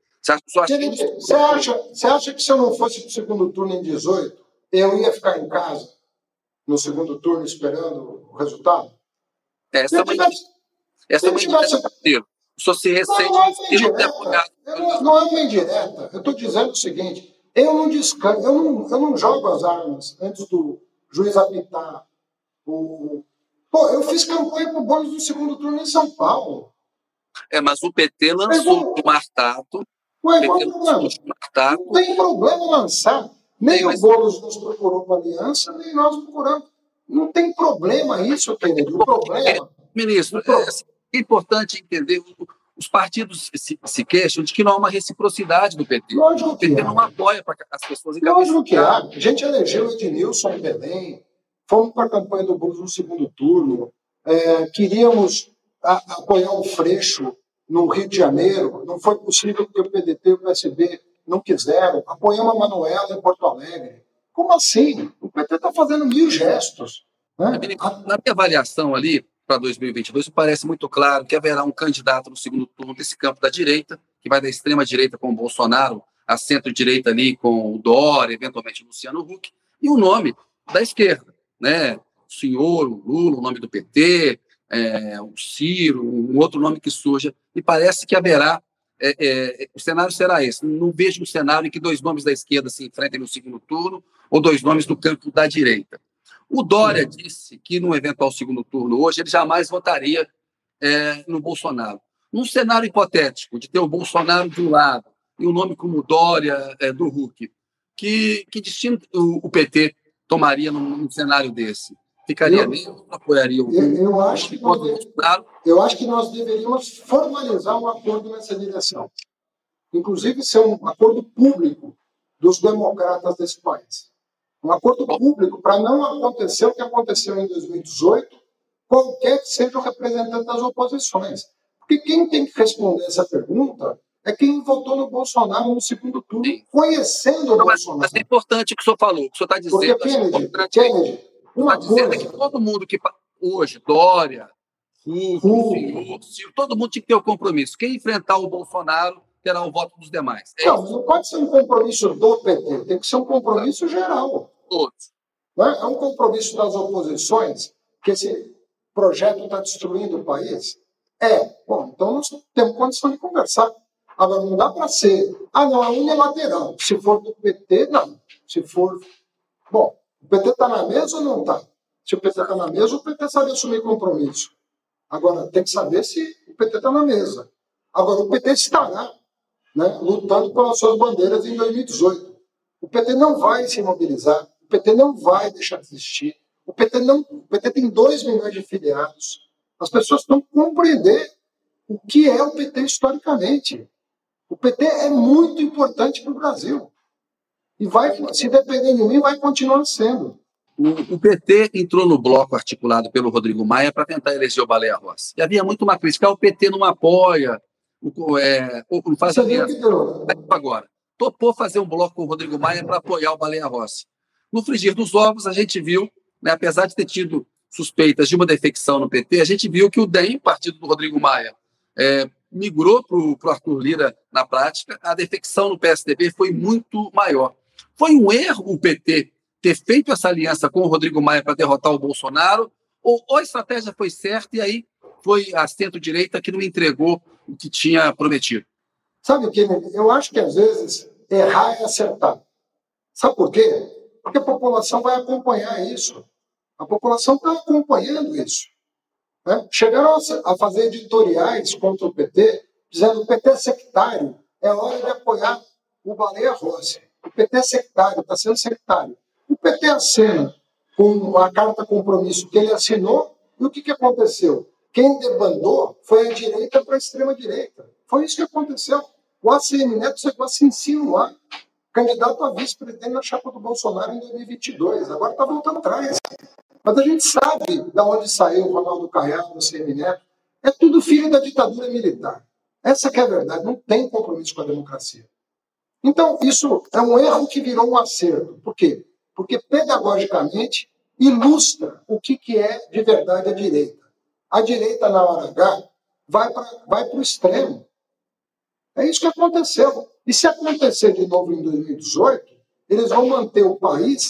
Você acha que se eu não fosse para o segundo turno em 18, eu ia ficar em casa no segundo turno esperando o resultado? Essa é uma indireta. O senhor se ressente de ter apoiado. Não é uma indireta. Eu estou dizendo o seguinte, eu não jogo as armas antes do juiz apitar. Eu fiz campanha para o Boulos no segundo turno em São Paulo. Mas o PT lançou o Martato. Não tem problema lançar. Nem o Boulos nos procurou para aliança, nem nós procuramos. Não tem problema isso, Kennedy. O problema... Ministro, é importante entender... Os partidos se queixam de que não há uma reciprocidade do PT. Lógico que o PT não apoia para as pessoas encabeçadas. Lógico que há. A gente elegeu Ednilson em Belém, fomos para a campanha do Boulos no segundo turno, queríamos apoiar o Freixo no Rio de Janeiro, não foi possível porque o PDT e o PSB não quiseram, apoiamos a Manuela em Porto Alegre. Como assim? O PT está fazendo 1000 gestos. Né? Na minha avaliação ali, para 2022, parece muito claro que haverá um candidato no segundo turno desse campo da direita, que vai da extrema-direita com o Bolsonaro, a centro-direita ali com o Dória, eventualmente o Luciano Huck, e um nome da esquerda, né? O senhor, o Lula, o nome do PT, o Ciro, um outro nome que surja, e parece que haverá, o cenário será esse. Não vejo um cenário em que dois nomes da esquerda se enfrentem no segundo turno ou dois nomes do campo da direita. O Dória disse que, no eventual segundo turno hoje, ele jamais votaria no Bolsonaro. Num cenário hipotético de ter o Bolsonaro de um lado e um nome como Dória do Huck, que destino o PT tomaria num cenário desse? Ficaria neutro, apoiaria o Bolsonaro? Eu acho que nós deveríamos formalizar um acordo nessa direção. Inclusive, ser um acordo público dos democratas desse país. Um acordo público para não acontecer o que aconteceu em 2018, qualquer que seja o representante das oposições. Porque quem tem que responder essa pergunta é quem votou no Bolsonaro no segundo turno, conhecendo o Bolsonaro. Mas é importante o que o senhor falou, o que o senhor está dizendo. Porque, Kennedy, uma coisa... é que todo mundo que hoje, Dória, Huck, Ciro, todo mundo tinha que ter o compromisso. Quem enfrentar o Bolsonaro terá o voto dos demais. Não pode ser um compromisso do PT, tem que ser um compromisso geral. Todos. Não é um compromisso das oposições que esse projeto está destruindo o país? Bom, então nós temos condição de conversar. Agora, não dá para ser, não, é unilateral. Se for do PT, não. Se for... Bom, o PT está na mesa ou não está? Se o PT está na mesa, o PT sabe assumir compromisso. Agora, tem que saber se o PT está na mesa. Agora, o PT estará, né, lutando pelas suas bandeiras em 2018. O PT não vai se mobilizar, o PT não vai deixar de existir, o PT tem 2 milhões de filiados. As pessoas estão compreender o que é o PT historicamente. O PT é muito importante para o Brasil. E vai, se depender de mim, vai continuar sendo. O PT entrou no bloco articulado pelo Rodrigo Maia para tentar eleger o Baleia Rossi. E havia muito uma crítica, o PT não apoia, não faz agora. Topou fazer um bloco com o Rodrigo Maia para apoiar o Baleia Rossi. No frigir dos ovos, a gente viu, né, apesar de ter tido suspeitas de uma defecção no PT, a gente viu que o DEM, partido do Rodrigo Maia, migrou para o Arthur Lira na prática, a defecção no PSDB foi muito maior. Foi um erro o PT ter feito essa aliança com o Rodrigo Maia para derrotar o Bolsonaro, ou a estratégia foi certa e aí foi a centro-direita que não entregou o que tinha prometido? Sabe o que? Eu acho que às vezes errar é acertar. Sabe por quê? Porque a população vai acompanhar isso. A população está acompanhando isso. Né? Chegaram a fazer editoriais contra o PT, dizendo que o PT é sectário, é hora de apoiar o Baleia Rossi. O PT é sectário, está sendo sectário. O PT assina com a carta compromisso que ele assinou, e o que aconteceu? Quem debandou foi a direita para a extrema-direita. Foi isso que aconteceu. O ACM Neto chegou a se insinuar candidato a vice-presidente na chapa do Bolsonaro em 2022. Agora está voltando atrás. Mas a gente sabe de onde saiu o Ronaldo Caiado, o ACM Neto. É tudo filho da ditadura militar. Essa que é a verdade. Não tem compromisso com a democracia. Então, isso é um erro que virou um acerto. Por quê? Porque, pedagogicamente, ilustra o que é de verdade a direita. A direita, na hora H, vai para o extremo. É isso que aconteceu. E se acontecer de novo em 2018, eles vão manter o país...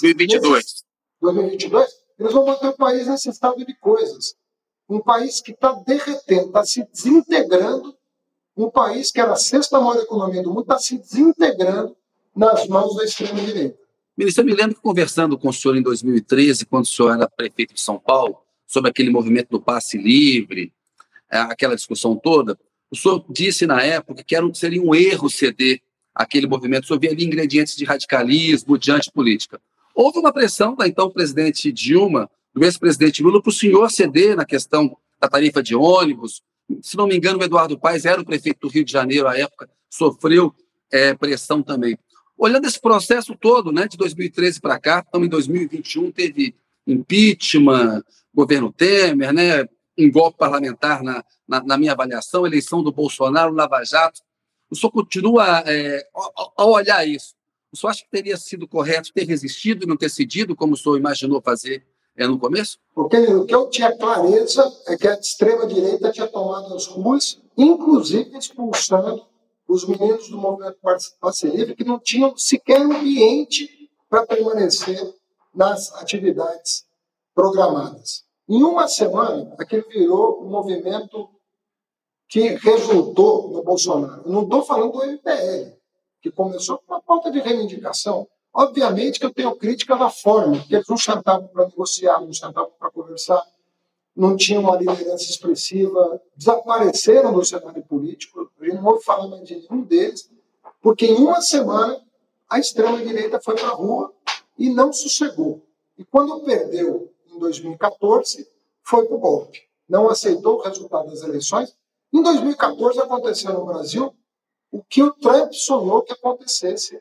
2022, eles vão manter o país nesse estado de coisas. Um país que está derretendo, está se desintegrando. Um país que era a 6ª maior economia do mundo está se desintegrando nas mãos da extrema-direita. Ministro, eu me lembro que conversando com o senhor em 2013, quando o senhor era prefeito de São Paulo, sobre aquele movimento do passe livre, aquela discussão toda, o senhor disse na época que seria um erro ceder aquele movimento, o senhor via ali ingredientes de radicalismo, de antipolítica. Houve uma pressão da então presidente Dilma, do ex-presidente Lula, para o senhor ceder na questão da tarifa de ônibus. Se não me engano, o Eduardo Paes era o prefeito do Rio de Janeiro à época, sofreu pressão também. Olhando esse processo todo, né, de 2013 para cá, estamos em 2021, teve impeachment, governo Temer, né, um golpe parlamentar na minha avaliação, eleição do Bolsonaro, Lava Jato. O senhor continua, ao olhar isso, o senhor acha que teria sido correto ter resistido e não ter cedido, como o senhor imaginou fazer no começo? Porque o que eu tinha clareza é que a extrema-direita tinha tomado as ruas, inclusive expulsando os meninos do movimento Passe Livre, que não tinham sequer ambiente para permanecer nas atividades programadas. Em uma semana, aquele virou um movimento que resultou no Bolsonaro. Eu não estou falando do MPL, que começou com uma pauta de reivindicação. Obviamente que eu tenho crítica da forma, porque eles não sentavam para negociar, não sentavam para conversar, não tinham uma liderança expressiva, desapareceram do cenário político, a gente não ouve falar mais de nenhum deles, porque em uma semana a extrema-direita foi para a rua e não sossegou. E quando perdeu em 2014, foi para o golpe. Não aceitou o resultado das eleições. Em 2014 aconteceu no Brasil o que o Trump sonhou que acontecesse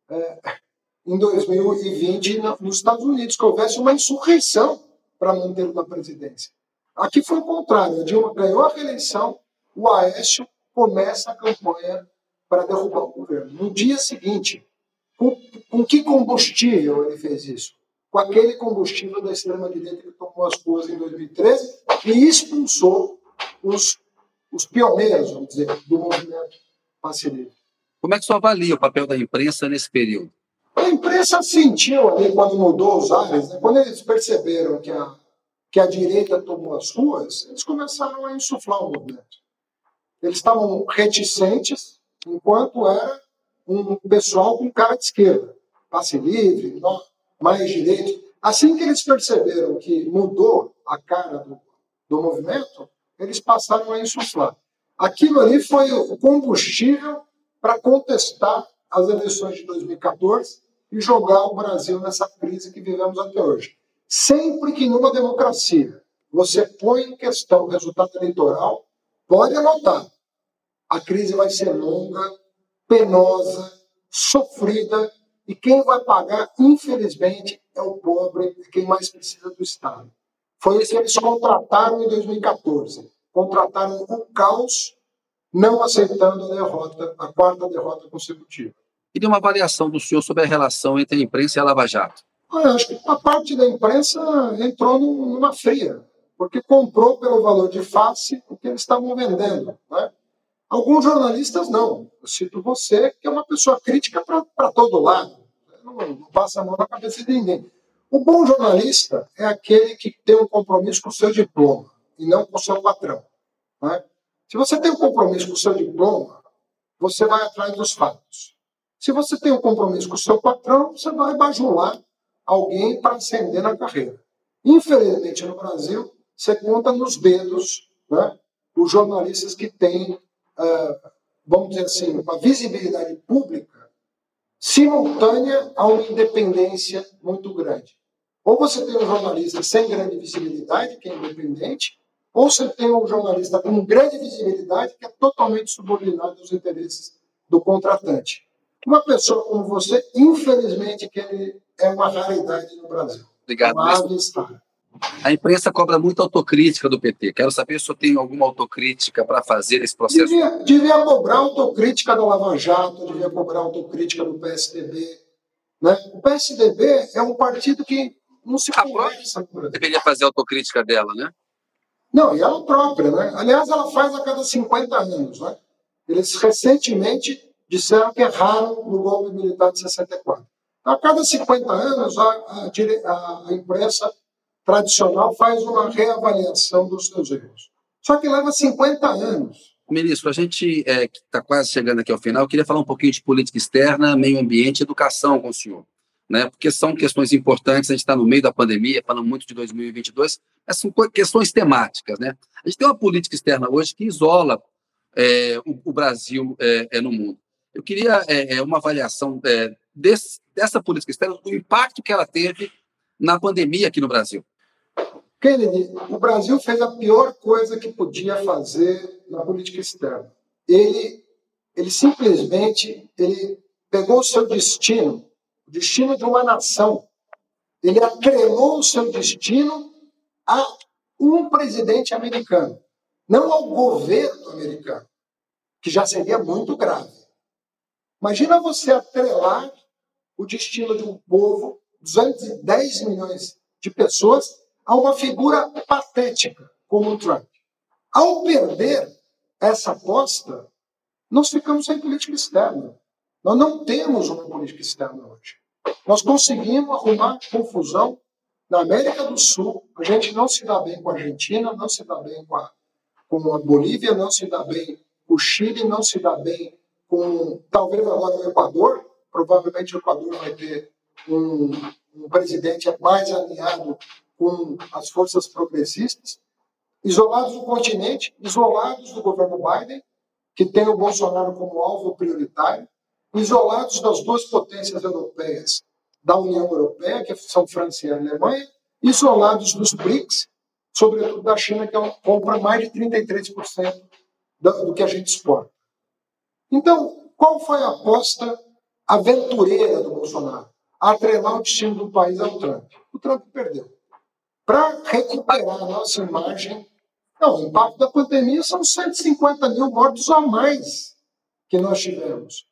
em 2020 nos Estados Unidos, que houvesse uma insurreição para mantê-lo na presidência. Aqui foi o contrário. A Dilma ganhou a reeleição, o Aécio começa a campanha para derrubar o governo. No dia seguinte, com que combustível ele fez isso? Com aquele combustível da extrema-direita que tomou as ruas em 2013 e expulsou os pioneiros, vamos dizer, do movimento Passe Livre. Como é que você avalia o papel da imprensa nesse período? A imprensa sentiu ali, quando mudou os ares, né, quando eles perceberam que a direita tomou as ruas, eles começaram a insuflar o movimento. Eles estavam reticentes, enquanto era um pessoal com cara de esquerda, Passe Livre, mais direito. Assim que eles perceberam que mudou a cara do movimento, eles passaram a insuflar. Aquilo ali foi o combustível para contestar as eleições de 2014 e jogar o Brasil nessa crise que vivemos até hoje. Sempre que numa democracia você põe em questão o resultado eleitoral, pode anotar, a crise vai ser longa, penosa, sofrida, e quem vai pagar, infelizmente, é o pobre, quem mais precisa do Estado. Foi isso que eles contrataram em 2014. Contrataram o caos, não aceitando a derrota, a quarta derrota consecutiva. Queria uma avaliação do senhor sobre a relação entre a imprensa e a Lava Jato. Eu acho que a parte da imprensa entrou numa fria, porque comprou pelo valor de face o que eles estavam vendendo, né? Alguns jornalistas não. Eu cito você, que é uma pessoa crítica para todo lado. Não passa a mão na cabeça de ninguém. O bom jornalista é aquele que tem um compromisso com o seu diploma e não com o seu patrão, né? Se você tem um compromisso com o seu diploma, você vai atrás dos fatos. Se você tem um compromisso com o seu patrão, você vai bajular alguém para ascender na carreira. Infelizmente, no Brasil, você conta nos dedos, né, os jornalistas que têm, vamos dizer assim, uma visibilidade pública simultânea a uma independência muito grande. Ou você tem um jornalista sem grande visibilidade, que é independente, ou você tem um jornalista com grande visibilidade, que é totalmente subordinado aos interesses do contratante. Uma pessoa como você, infelizmente, que ele é uma raridade no Brasil. Obrigado. A imprensa cobra muita autocrítica do PT. Quero saber se o senhor tem alguma autocrítica para fazer esse processo. Devia cobrar autocrítica da Lava Jato, devia cobrar autocrítica do PSDB. Né? O PSDB é um partido que não se conversa. Deveria fazer autocrítica dela, né? Não, e ela própria, né? Aliás, ela faz a cada 50 anos, né? Eles recentemente disseram que erraram no golpe militar de 64. A cada 50 anos, a imprensa tradicional faz uma reavaliação dos seus erros. Só que leva 50 anos. Ministro, a gente que está quase chegando aqui ao final, queria falar um pouquinho de política externa, meio ambiente e educação com o senhor, né? Porque são questões importantes, a gente está no meio da pandemia, falando muito de 2022, mas são questões temáticas, né? A gente tem uma política externa hoje que isola o Brasil no mundo. Eu queria uma avaliação dessa política externa, do impacto que ela teve na pandemia aqui no Brasil. Kennedy, o Brasil fez a pior coisa que podia fazer na política externa. Ele simplesmente pegou o seu destino, o destino de uma nação. Ele atrelou o seu destino a um presidente americano, não ao governo americano, que já seria muito grave. Imagina você atrelar o destino de um povo, 210 milhões de pessoas, a uma figura patética como o Trump. Ao perder essa aposta, nós ficamos sem política externa. Nós não temos uma política externa hoje. Nós conseguimos arrumar confusão na América do Sul. A gente não se dá bem com a Argentina, não se dá bem com a Bolívia, não se dá bem com o Chile, não se dá bem com, talvez agora, o Equador. Provavelmente o Equador vai ter um presidente mais alinhado com as forças progressistas. Isolados do continente, isolados do governo Biden, que tem o Bolsonaro como alvo prioritário, isolados das duas potências europeias, da União Europeia, que são França e Alemanha, isolados dos BRICS, sobretudo da China, que compra mais de 33% do que a gente exporta. Então, qual foi a aposta aventureira do Bolsonaro? Atrelar o destino do país ao Trump. O Trump perdeu. Para recuperar a nossa imagem, o impacto da pandemia são 150 mil mortos a mais que nós tivemos.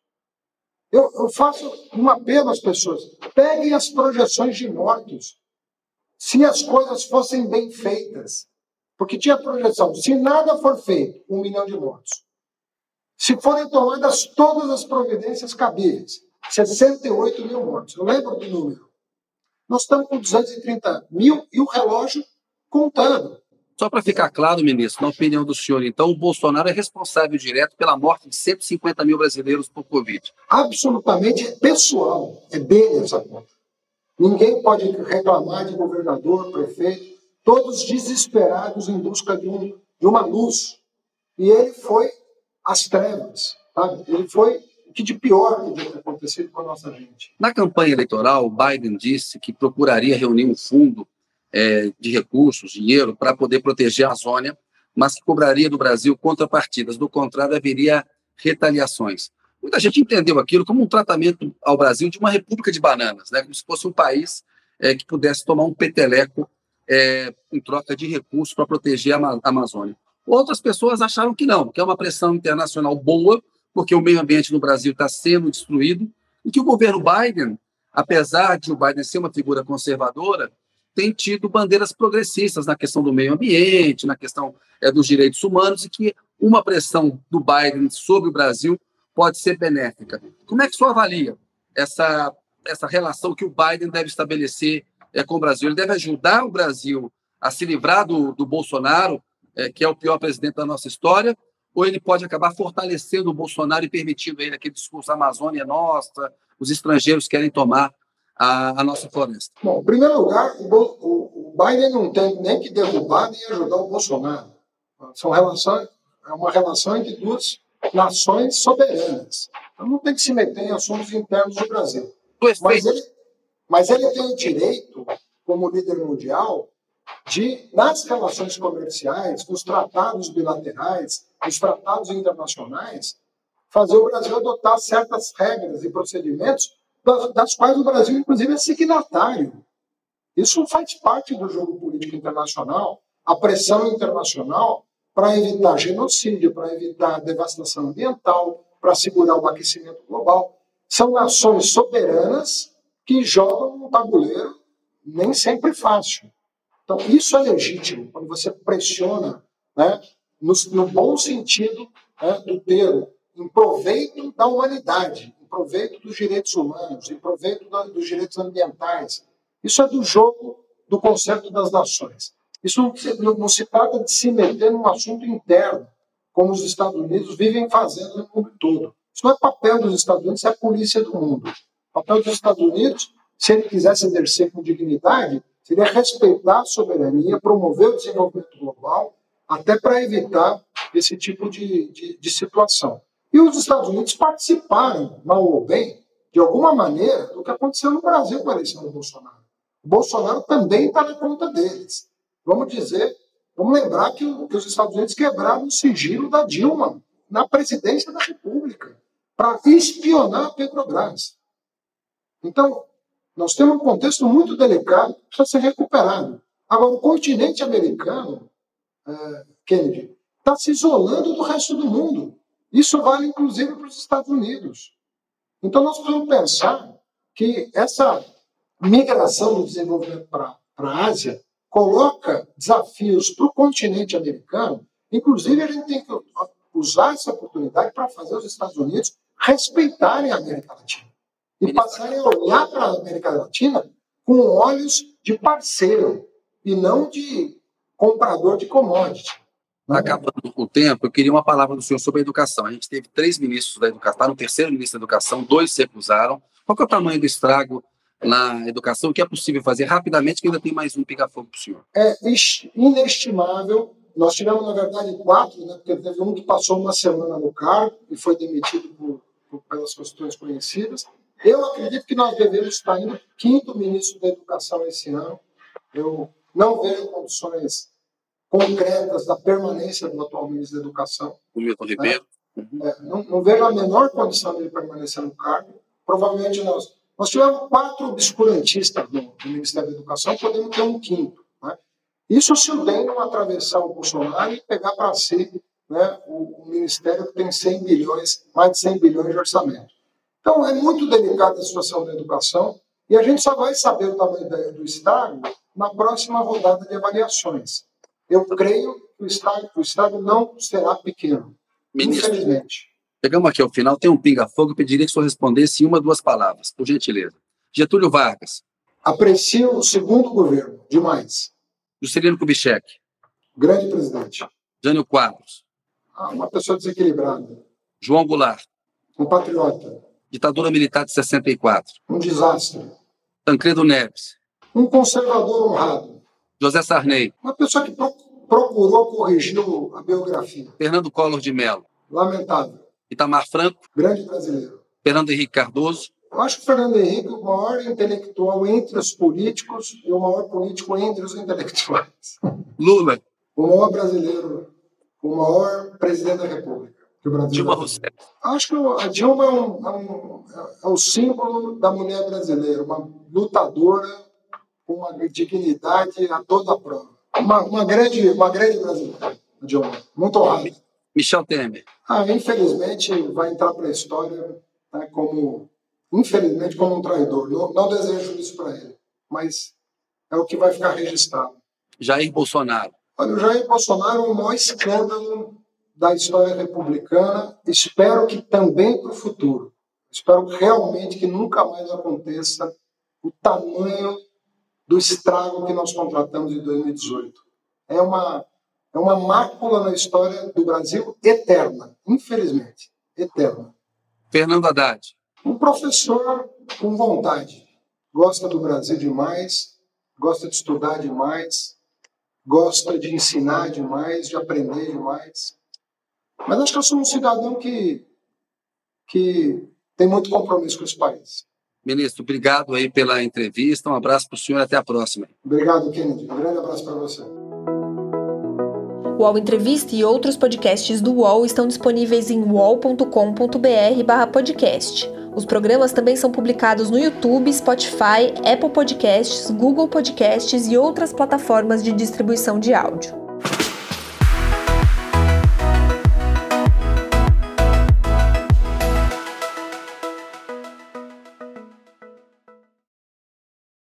Eu faço um apelo às pessoas: peguem as projeções de mortos, se as coisas fossem bem feitas. Porque tinha projeção, se nada for feito, 1 milhão de mortos. Se forem tomadas todas as providências cabíveis, 68 mil mortos. Eu lembro do número. Nós estamos com 230 mil e o relógio contando. Só para ficar claro, ministro, na opinião do senhor, então, o Bolsonaro é responsável direto pela morte de 150 mil brasileiros por Covid? Absolutamente pessoal. É dele essa conta. Ninguém pode reclamar de governador, prefeito, todos desesperados em busca de uma luz. E ele foi às trevas, sabe? Ele foi o que de pior podia ter acontecido com a nossa gente. Na campanha eleitoral, Biden disse que procuraria reunir um fundo de recursos, dinheiro, para poder proteger a Amazônia, mas que cobraria do Brasil contrapartidas. Do contrário, haveria retaliações. Muita gente entendeu aquilo como um tratamento ao Brasil de uma república de bananas, né? Como se fosse um país que pudesse tomar um peteleco em troca de recursos para proteger a Amazônia. Outras pessoas acharam que não, que é uma pressão internacional boa, porque o meio ambiente no Brasil está sendo destruído, e que o governo Biden, apesar de o Biden ser uma figura conservadora, tem tido bandeiras progressistas na questão do meio ambiente, na questão dos direitos humanos, e que uma pressão do Biden sobre o Brasil pode ser benéfica. Como é que o senhor avalia essa relação que o Biden deve estabelecer com o Brasil? Ele deve ajudar o Brasil a se livrar do Bolsonaro, que é o pior presidente da nossa história, ou ele pode acabar fortalecendo o Bolsonaro e permitindo ele aquele discurso: a Amazônia é nossa, os estrangeiros querem tomar a nossa floresta? Bom, em primeiro lugar, o Biden não tem nem que derrubar nem ajudar o Bolsonaro. É uma relação entre duas nações soberanas. Então não tem que se meter em assuntos internos do Brasil. Mas ele tem o direito, como líder mundial, de, nas relações comerciais, nos tratados bilaterais, nos tratados internacionais, fazer o Brasil adotar certas regras e procedimentos das quais o Brasil, inclusive, é signatário. Isso faz parte do jogo político internacional, a pressão internacional para evitar genocídio, para evitar devastação ambiental, para segurar o aquecimento global. São nações soberanas que jogam um tabuleiro nem sempre fácil. Então, isso é legítimo, quando você pressiona, né, no bom sentido, né, do termo, em proveito da humanidade, em proveito dos direitos humanos, em proveito dos direitos ambientais. Isso é do jogo do concerto das nações. Isso não se trata de se meter num assunto interno, como os Estados Unidos vivem fazendo no mundo todo. Isso não é papel dos Estados Unidos, isso é a polícia do mundo. O papel dos Estados Unidos, se ele quisesse exercer com dignidade, seria respeitar a soberania, promover o desenvolvimento global, até para evitar esse tipo de situação. E os Estados Unidos participaram, mal ou bem, de alguma maneira, do que aconteceu no Brasil com a eleição do Bolsonaro. O Bolsonaro também está na conta deles. Vamos lembrar que os Estados Unidos quebraram o sigilo da Dilma na presidência da República para espionar a Petrobras. Então, nós temos um contexto muito delicado para ser recuperado. Agora, o continente americano, Kennedy, está se isolando do resto do mundo. Isso vale, inclusive, para os Estados Unidos. Então, nós precisamos pensar que essa migração do desenvolvimento para a Ásia coloca desafios para o continente americano. Inclusive, a gente tem que usar essa oportunidade para fazer os Estados Unidos respeitarem a América Latina e passarem a olhar para a América Latina com olhos de parceiro e não de comprador de commodity. Acabando o tempo, eu queria uma palavra do senhor sobre a educação. A gente teve 3 ministros da educação, está no terceiro ministro da educação, 2 se recusaram. Qual que é o tamanho do estrago na educação? O que é possível fazer rapidamente, que ainda tem mais um pinga-fogo para o senhor? É inestimável. Nós tivemos, na verdade, 4, né, porque teve um que passou uma semana no cargo e foi demitido pelas questões conhecidas. Eu acredito que nós devemos estar indo para o 5º ministro da Educação esse ano. Eu não vejo condições concretas da permanência do atual ministro da Educação. O Milton Ribeiro. Não vejo a menor condição de ele permanecer no cargo. Provavelmente nós tivemos 4 obscurantistas no Ministério da Educação, podemos ter um 5º. Né? Isso se o DEM não atravessar o Bolsonaro e pegar para si, né, o ministério que tem mais de 100 bilhões de orçamento. Então, é muito delicada a situação da educação e a gente só vai saber o tamanho do estrago na próxima rodada de avaliações. Eu creio que o estrago não será pequeno, Ministro, infelizmente. Chegamos aqui ao final, tem um pinga-fogo, eu pediria que o senhor respondesse em 1 ou 2 palavras, por gentileza. Getúlio Vargas. Aprecio o 2º governo, demais. Juscelino Kubitschek. Grande presidente. Jânio Quadros. Uma pessoa desequilibrada. João Goulart. Um patriota. Ditadura militar de 64. Um desastre. Tancredo Neves. Um conservador honrado. José Sarney. Uma pessoa que procurou corrigir a biografia. Fernando Collor de Mello. Lamentável. Itamar Franco. Grande brasileiro. Fernando Henrique Cardoso. Eu acho que o Fernando Henrique é o maior intelectual entre os políticos e o maior político entre os intelectuais. Lula. O maior brasileiro, o maior presidente da República. Que o Brasil Dilma Rousseff. Acho que a Dilma é o símbolo da mulher brasileira, uma lutadora com uma dignidade a toda a prova. Uma grande brasileira, a Dilma. Muito honrada. Michel Temer. Infelizmente, vai entrar para a história, né, como um traidor. Não desejo isso para ele, mas é o que vai ficar registrado. Jair Bolsonaro. Olha, o Jair Bolsonaro é o maior escândalo da história republicana. Espero que também para o futuro. Espero realmente que nunca mais aconteça o tamanho do estrago que nós contratamos em 2018. É uma mácula na história do Brasil eterna, infelizmente, eterna. Fernando Haddad. Um professor com vontade, gosta do Brasil demais, gosta de estudar demais, gosta de ensinar demais, de aprender demais. Mas acho que eu sou um cidadão que tem muito compromisso com esse país. Ministro, obrigado aí pela entrevista, um abraço para o senhor e até a próxima. Obrigado, Kennedy. Um grande abraço para você. O UOL Entrevista e outros podcasts do UOL estão disponíveis em uol.com.br/podcast. Os programas também são publicados no YouTube, Spotify, Apple Podcasts, Google Podcasts e outras plataformas de distribuição de áudio.